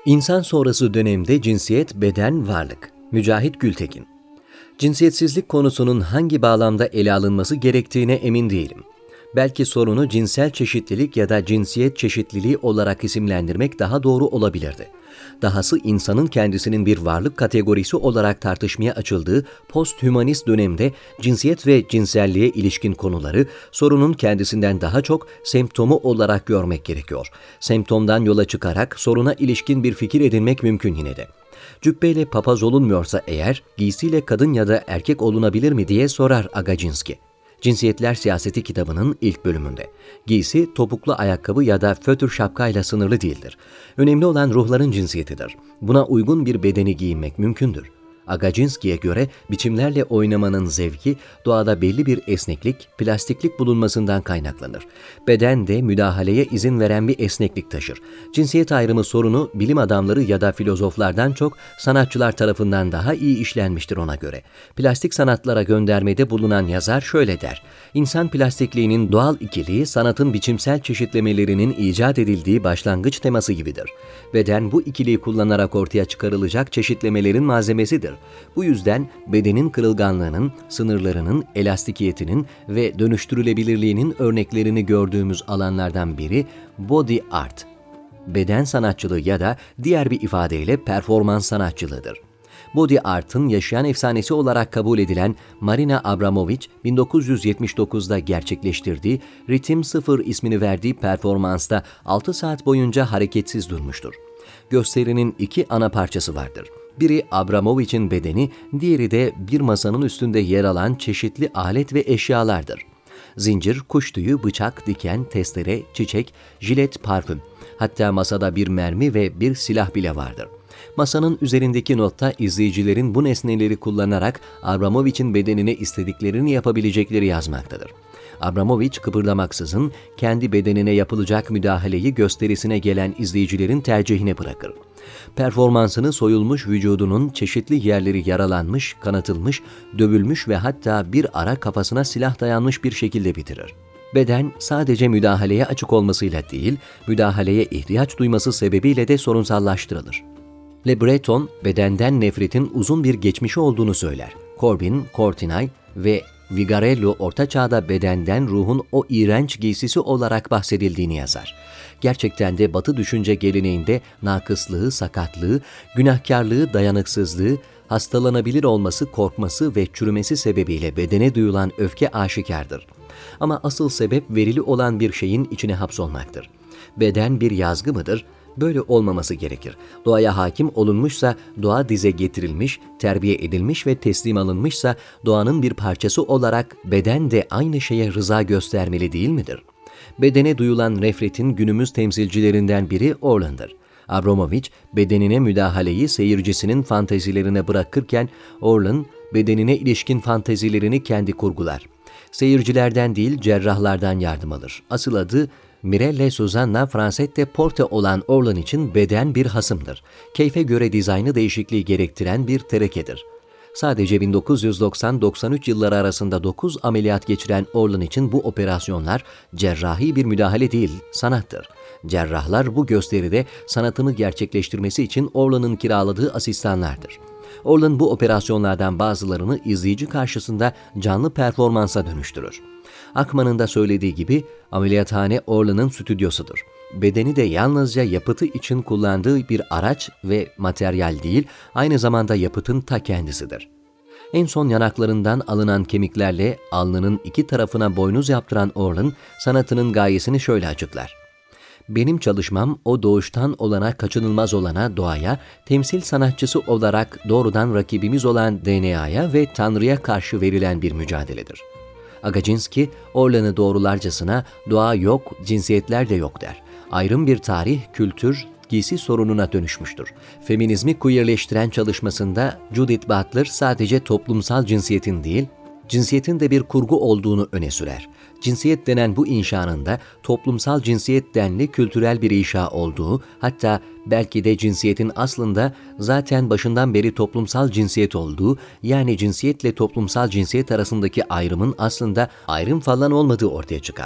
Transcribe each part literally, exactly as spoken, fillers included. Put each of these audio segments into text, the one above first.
İnsan sonrası dönemde cinsiyet, beden, varlık. Mücahit Gültekin. Cinsiyetsizlik konusunun hangi bağlamda ele alınması gerektiğine emin değilim. Belki sorunu cinsel çeşitlilik ya da cinsiyet çeşitliliği olarak isimlendirmek daha doğru olabilirdi. Dahası insanın kendisinin bir varlık kategorisi olarak tartışmaya açıldığı post-hümanist dönemde cinsiyet ve cinselliğe ilişkin konuları sorunun kendisinden daha çok semptomu olarak görmek gerekiyor. Semptomdan yola çıkarak soruna ilişkin bir fikir edinmek mümkün yine de. Cübbeyle papaz olunmuyorsa eğer, giysiyle kadın ya da erkek olunabilir mi diye sorar Agacinski. Cinsiyetler Siyaseti kitabının ilk bölümünde. Giysi, topuklu ayakkabı ya da fötr şapkayla sınırlı değildir. Önemli olan ruhların cinsiyetidir. Buna uygun bir bedeni giyinmek mümkündür. Agacinski'ye göre biçimlerle oynamanın zevki doğada belli bir esneklik, plastiklik bulunmasından kaynaklanır. Beden de müdahaleye izin veren bir esneklik taşır. Cinsiyet ayrımı sorunu bilim adamları ya da filozoflardan çok sanatçılar tarafından daha iyi işlenmiştir ona göre. Plastik sanatlara göndermede bulunan yazar şöyle der: İnsan plastikliğinin doğal ikiliği sanatın biçimsel çeşitlemelerinin icat edildiği başlangıç teması gibidir. Beden bu ikiliği kullanarak ortaya çıkarılacak çeşitlemelerin malzemesidir. Bu yüzden bedenin kırılganlığının, sınırlarının, elastikiyetinin ve dönüştürülebilirliğinin örneklerini gördüğümüz alanlardan biri body art. Beden sanatçılığı ya da diğer bir ifadeyle performans sanatçılığıdır. Body art'ın yaşayan efsanesi olarak kabul edilen Marina Abramović, bin dokuz yüz yetmiş dokuzda gerçekleştirdiği Ritim Sıfır ismini verdiği performansta altı saat boyunca hareketsiz durmuştur. Gösterinin iki ana parçası vardır. Biri Abramović'in bedeni, diğeri de bir masanın üstünde yer alan çeşitli alet ve eşyalardır. Zincir, kuş tüyü, bıçak, diken, testere, çiçek, jilet, parfüm. Hatta masada bir mermi ve bir silah bile vardır. Masanın üzerindeki notta izleyicilerin bu nesneleri kullanarak Abramović'in bedenine istediklerini yapabilecekleri yazmaktadır. Abramović kıpırdamaksızın kendi bedenine yapılacak müdahaleyi gösterisine gelen izleyicilerin tercihine bırakır. Performansını soyulmuş vücudunun çeşitli yerleri yaralanmış, kanatılmış, dövülmüş ve hatta bir ara kafasına silah dayanmış bir şekilde bitirir. Beden sadece müdahaleye açık olmasıyla değil, müdahaleye ihtiyaç duyması sebebiyle de sorunsallaştırılır. Le Breton, bedenden nefretin uzun bir geçmişi olduğunu söyler. Corbin, Courtenay ve Vigarello Orta Çağ'da bedenden ruhun o iğrenç giysisi olarak bahsedildiğini yazar. Gerçekten de Batı düşünce geleneğinde nakıslığı, sakatlığı, günahkarlığı, dayanıksızlığı, hastalanabilir olması, korkması ve çürümesi sebebiyle bedene duyulan öfke aşikardır. Ama asıl sebep verili olan bir şeyin içine hapsolmaktır. Beden bir yazgı mıdır? Böyle olmaması gerekir. Doğaya hakim olunmuşsa, doğa dize getirilmiş, terbiye edilmiş ve teslim alınmışsa, doğanın bir parçası olarak beden de aynı şeye rıza göstermeli değil midir? Bedene duyulan nefretin günümüz temsilcilerinden biri Orland'dır. Abramović, bedenine müdahaleyi seyircisinin fantezilerine bırakırken, Orland, bedenine ilişkin fantezilerini kendi kurgular. Seyircilerden değil, cerrahlardan yardım alır. Asıl adı Mirelle Susanna Francette Porte olan Orland için beden bir hasımdır. Keyfe göre dizaynı değişikliği gerektiren bir terekedir. Sadece bin dokuz yüz doksan doksan üç yılları arasında dokuz ameliyat geçiren Orland için bu operasyonlar cerrahi bir müdahale değil, sanattır. Cerrahlar bu gösteride sanatını gerçekleştirmesi için Orland'ın kiraladığı asistanlardır. Orland bu operasyonlardan bazılarını izleyici karşısında canlı performansa dönüştürür. Akman'ın da söylediği gibi ameliyathane Orland'ın stüdyosudur. Bedeni de yalnızca yapıtı için kullandığı bir araç ve materyal değil, aynı zamanda yapıtın ta kendisidir. En son yanaklarından alınan kemiklerle alnının iki tarafına boynuz yaptıran Orland, sanatının gayesini şöyle açıklar: Benim çalışmam o doğuştan olana, kaçınılmaz olana, doğaya, temsil sanatçısı olarak doğrudan rakibimiz olan D N A'ya ve Tanrı'ya karşı verilen bir mücadeledir. Agacinski, Orland'ı doğrularcasına doğa yok, cinsiyetler de yok der. Ayrım bir tarih, kültür, giysi sorununa dönüşmüştür. Feminizmi queerleştiren çalışmasında Judith Butler sadece toplumsal cinsiyetin değil, cinsiyetin de bir kurgu olduğunu öne sürer. Cinsiyet denen bu inşanın da toplumsal cinsiyet denli kültürel bir inşa olduğu, hatta belki de cinsiyetin aslında zaten başından beri toplumsal cinsiyet olduğu, yani cinsiyetle toplumsal cinsiyet arasındaki ayrımın aslında ayrım falan olmadığı ortaya çıkar.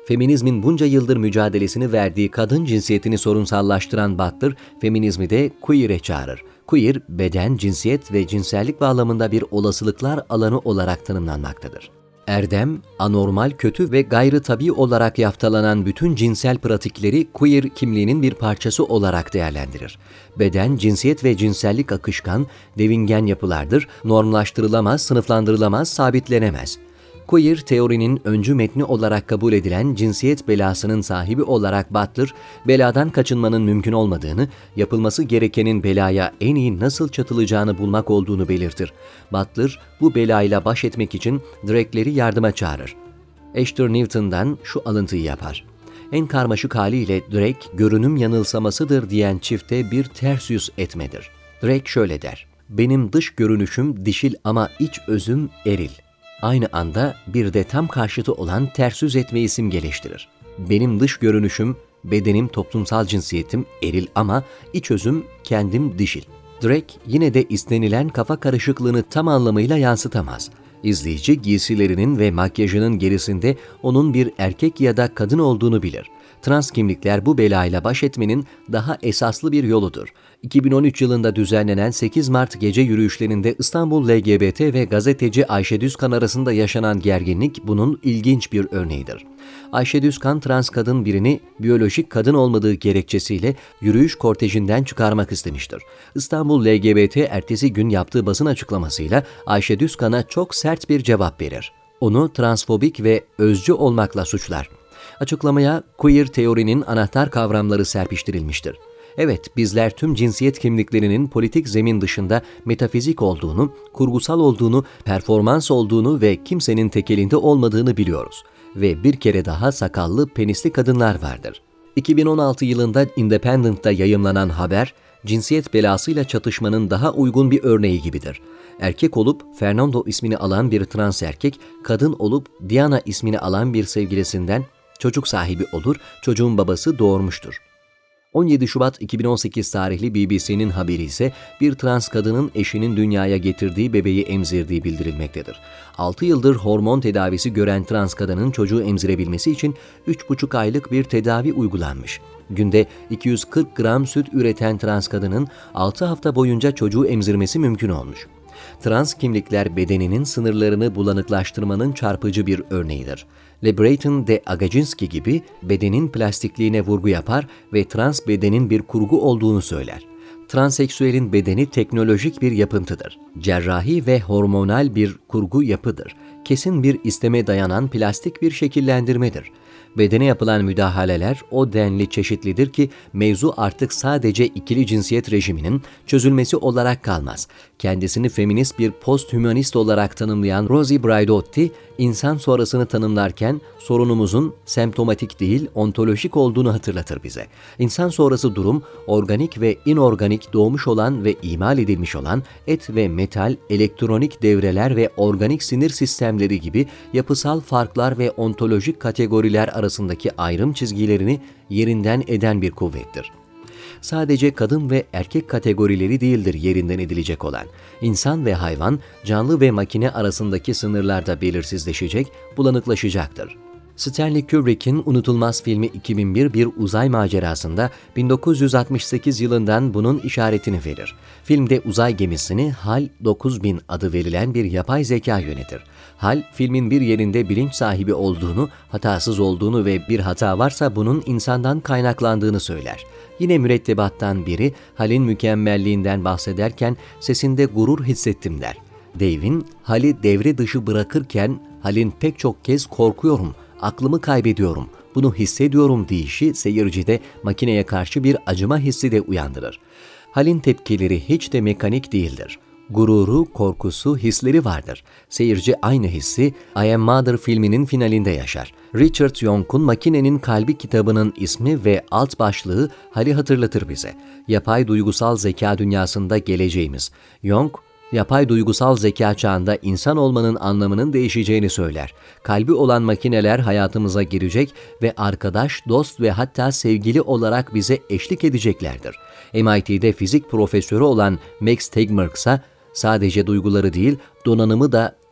Feminizmin bunca yıldır mücadelesini verdiği kadın cinsiyetini sorunsallaştıran Butler, feminizmi de queer'e çağırır. Queer, beden, cinsiyet ve cinsellik bağlamında bir olasılıklar alanı olarak tanımlanmaktadır. Erdem, anormal, kötü ve gayri tabii olarak yaftalanan bütün cinsel pratikleri queer kimliğinin bir parçası olarak değerlendirir. Beden, cinsiyet ve cinsellik akışkan, devingen yapılardır, normlaştırılamaz, sınıflandırılamaz, sabitlenemez. Queer teorinin öncü metni olarak kabul edilen cinsiyet belasının sahibi olarak Butler, beladan kaçınmanın mümkün olmadığını, yapılması gerekenin belaya en iyi nasıl çatılacağını bulmak olduğunu belirtir. Butler, bu belayla baş etmek için Drake'leri yardıma çağırır. Asher Newton'dan şu alıntıyı yapar. En karmaşık haliyle Drake, görünüm yanılsamasıdır diyen çifte bir ters yüz etmedir. Drake şöyle der, benim dış görünüşüm dişil ama iç özüm eril. Aynı anda bir de tam karşıtı olan ters yüz etmeyi simgeleştirir. Benim dış görünüşüm, bedenim, toplumsal cinsiyetim eril ama iç özüm kendim dişil. Drake yine de istenilen kafa karışıklığını tam anlamıyla yansıtamaz. İzleyici giysilerinin ve makyajının gerisinde onun bir erkek ya da kadın olduğunu bilir. Trans kimlikler bu belayla baş etmenin daha esaslı bir yoludur. iki bin on üç yılında düzenlenen sekiz Mart gece yürüyüşlerinde İstanbul L G B T ve gazeteci Ayşe Düzkan arasında yaşanan gerginlik bunun ilginç bir örneğidir. Ayşe Düzkan trans kadın birini biyolojik kadın olmadığı gerekçesiyle yürüyüş kortejinden çıkarmak istemiştir. İstanbul L G B T ertesi gün yaptığı basın açıklamasıyla Ayşe Düzkan'a çok sert bir cevap verir. Onu transfobik ve özcü olmakla suçlar. Açıklamaya queer teorinin anahtar kavramları serpiştirilmiştir. Evet, bizler tüm cinsiyet kimliklerinin politik zemin dışında metafizik olduğunu, kurgusal olduğunu, performans olduğunu ve kimsenin tekelinde olmadığını biliyoruz. Ve bir kere daha sakallı, penisli kadınlar vardır. iki bin on altı yılında Independent'ta yayımlanan haber, cinsiyet belasıyla çatışmanın daha uygun bir örneği gibidir. Erkek olup Fernando ismini alan bir trans erkek, kadın olup Diana ismini alan bir sevgilisinden çocuk sahibi olur, çocuğun babası doğurmuştur. on yedi Şubat iki bin on sekiz tarihli B B C'nin haberi ise bir trans kadının eşinin dünyaya getirdiği bebeği emzirdiği bildirilmektedir. altı yıldır hormon tedavisi gören trans kadının çocuğu emzirebilmesi için üç buçuk aylık bir tedavi uygulanmış. Günde iki yüz kırk gram süt üreten trans kadının altı hafta boyunca çocuğu emzirmesi mümkün olmuş. Trans kimlikler bedeninin sınırlarını bulanıklaştırmanın çarpıcı bir örneğidir. Le Breton de Agacinski gibi bedenin plastikliğine vurgu yapar ve trans bedenin bir kurgu olduğunu söyler. Transseksüelin bedeni teknolojik bir yapıntıdır. Cerrahi ve hormonal bir kurgu yapıdır. Kesin bir isteme dayanan plastik bir şekillendirmedir. Bedene yapılan müdahaleler o denli çeşitlidir ki mevzu artık sadece ikili cinsiyet rejiminin çözülmesi olarak kalmaz. Kendisini feminist bir post-hümanist olarak tanımlayan Rosie Braidotti, insan sonrasını tanımlarken sorunumuzun semptomatik değil, ontolojik olduğunu hatırlatır bize. İnsan sonrası durum, organik ve inorganik doğmuş olan ve imal edilmiş olan et ve metal, elektronik devreler ve organik sinir sistemleri gibi yapısal farklar ve ontolojik kategoriler arasındaki ayrım çizgilerini yerinden eden bir kuvvettir. Sadece kadın ve erkek kategorileri değildir yerinden edilecek olan. İnsan ve hayvan, canlı ve makine arasındaki sınırlarda belirsizleşecek, bulanıklaşacaktır. Stanley Kubrick'in unutulmaz filmi iki bin bir bir uzay macerasında bin dokuz yüz altmış sekiz yılından bunun işaretini verir. Filmde uzay gemisini HAL dokuz bin adı verilen bir yapay zeka yönetir. HAL, filmin bir yerinde bilinç sahibi olduğunu, hatasız olduğunu ve bir hata varsa bunun insandan kaynaklandığını söyler. Yine mürettebattan biri HAL'in mükemmelliğinden bahsederken sesinde gurur hissettim der. Dave'in HAL'i devre dışı bırakırken HAL'in pek çok kez korkuyorum, aklımı kaybediyorum, bunu hissediyorum deyişi seyircide makineye karşı bir acıma hissi de uyandırır. HAL'in tepkileri hiç de mekanik değildir. Gururu, korkusu, hisleri vardır. Seyirci aynı hissi I Am Mother filminin finalinde yaşar. Richard Young'un Makinenin Kalbi kitabının ismi ve alt başlığı HAL'i hatırlatır bize. Yapay duygusal zeka dünyasında geleceğimiz. Young, yapay duygusal zeka çağında insan olmanın anlamının değişeceğini söyler. Kalbi olan makineler hayatımıza girecek ve arkadaş, dost ve hatta sevgili olarak bize eşlik edeceklerdir. M I T'de fizik profesörü olan Max Tegmark ise sadece duyguları değil, donanımı da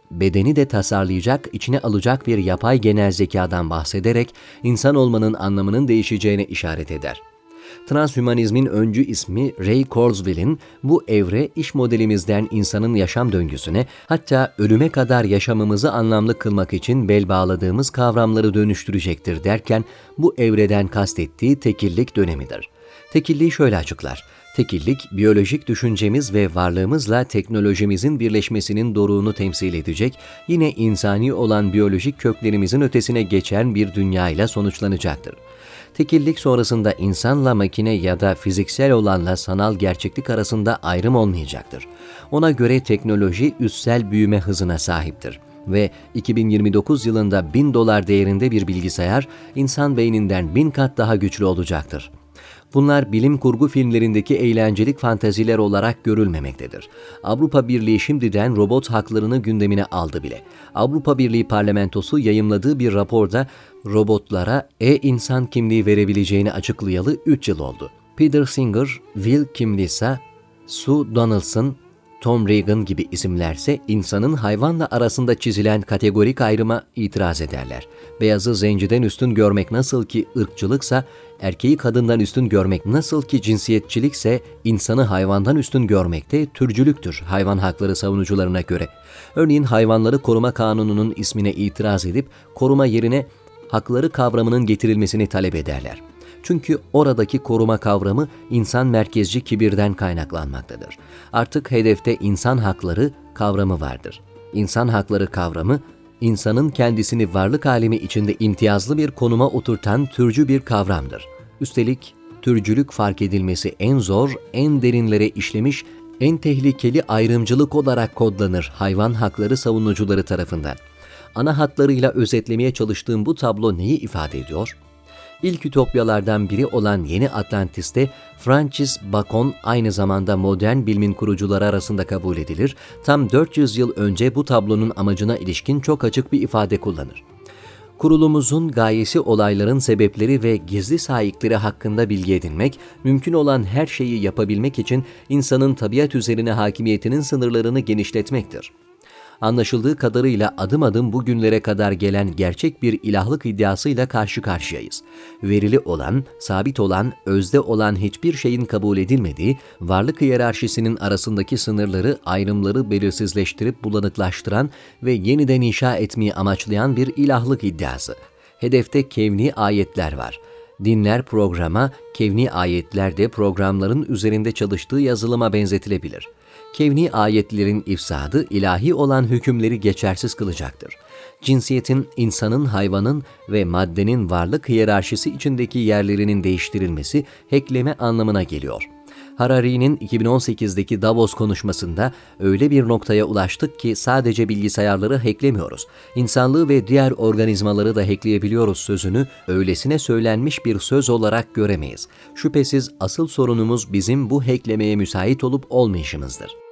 bedeni de tasarlayacak, içine alacak bir yapay genel zekadan bahsederek insan olmanın anlamının değişeceğine işaret eder. Transhümanizmin öncü ismi Ray Kurzweil'in bu evre iş modelimizden insanın yaşam döngüsüne, hatta ölüme kadar yaşamımızı anlamlı kılmak için bel bağladığımız kavramları dönüştürecektir derken bu evreden kastettiği tekillik dönemidir. Tekilliği şöyle açıklar: tekillik, biyolojik düşüncemiz ve varlığımızla teknolojimizin birleşmesinin doruğunu temsil edecek, yine insani olan biyolojik köklerimizin ötesine geçen bir dünyayla sonuçlanacaktır. Tekillik sonrasında insanla makine ya da fiziksel olanla sanal gerçeklik arasında ayrım olmayacaktır. Ona göre teknoloji üstsel büyüme hızına sahiptir ve iki bin yirmi dokuz yılında bin dolar değerinde bir bilgisayar insan beyninden bin kat daha güçlü olacaktır. Bunlar bilim kurgu filmlerindeki eğlencelik fantaziler olarak görülmemektedir. Avrupa Birliği şimdiden robot haklarını gündemine aldı bile. Avrupa Birliği Parlamentosu yayımladığı bir raporda robotlara e-insan kimliği verebileceğini açıklayalı üç yıl oldu. Peter Singer, Will Kimlisa, Sue Donaldson, Tom Regan gibi isimlerse insanın hayvanla arasında çizilen kategorik ayrıma itiraz ederler. Beyazı zenciden üstün görmek nasıl ki ırkçılıksa, erkeği kadından üstün görmek nasıl ki cinsiyetçilikse, insanı hayvandan üstün görmek de türcülüktür hayvan hakları savunucularına göre. Örneğin Hayvanları Koruma Kanunu'nun ismine itiraz edip koruma yerine hakları kavramının getirilmesini talep ederler. Çünkü oradaki koruma kavramı insan merkezci kibirden kaynaklanmaktadır. Artık hedefte insan hakları kavramı vardır. İnsan hakları kavramı, insanın kendisini varlık alemi içinde imtiyazlı bir konuma oturtan türcü bir kavramdır. Üstelik türcülük fark edilmesi en zor, en derinlere işlemiş, en tehlikeli ayrımcılık olarak kodlanır hayvan hakları savunucuları tarafından. Ana hatlarıyla özetlemeye çalıştığım bu tablo neyi ifade ediyor? İlk ütopyalardan biri olan Yeni Atlantis'te Francis Bacon aynı zamanda modern bilimin kurucuları arasında kabul edilir. Tam dört yüz yıl önce bu tablonun amacına ilişkin çok açık bir ifade kullanır. Kurulumuzun gayesi olayların sebepleri ve gizli sahipleri hakkında bilgi edinmek, mümkün olan her şeyi yapabilmek için insanın tabiat üzerine hakimiyetinin sınırlarını genişletmektir. Anlaşıldığı kadarıyla adım adım bugünlere kadar gelen gerçek bir ilahlık iddiasıyla karşı karşıyayız. Verili olan, sabit olan, özde olan hiçbir şeyin kabul edilmediği, varlık hiyerarşisinin arasındaki sınırları, ayrımları belirsizleştirip bulanıklaştıran ve yeniden inşa etmeyi amaçlayan bir ilahlık iddiası. Hedefte kevni ayetler var. Dinler programa, kevni ayetler de programların üzerinde çalıştığı yazılıma benzetilebilir. Kevni ayetlerin ifsadı ilahi olan hükümleri geçersiz kılacaktır. Cinsiyetin, insanın, hayvanın ve maddenin varlık hiyerarşisi içindeki yerlerinin değiştirilmesi hackleme anlamına geliyor. Harari'nin iki bin on sekizdeki Davos konuşmasında öyle bir noktaya ulaştık ki sadece bilgisayarları hacklemiyoruz, insanlığı ve diğer organizmaları da hackleyebiliyoruz sözünü öylesine söylenmiş bir söz olarak göremeyiz. Şüphesiz asıl sorunumuz bizim bu hacklemeye müsait olup olmayışımızdır.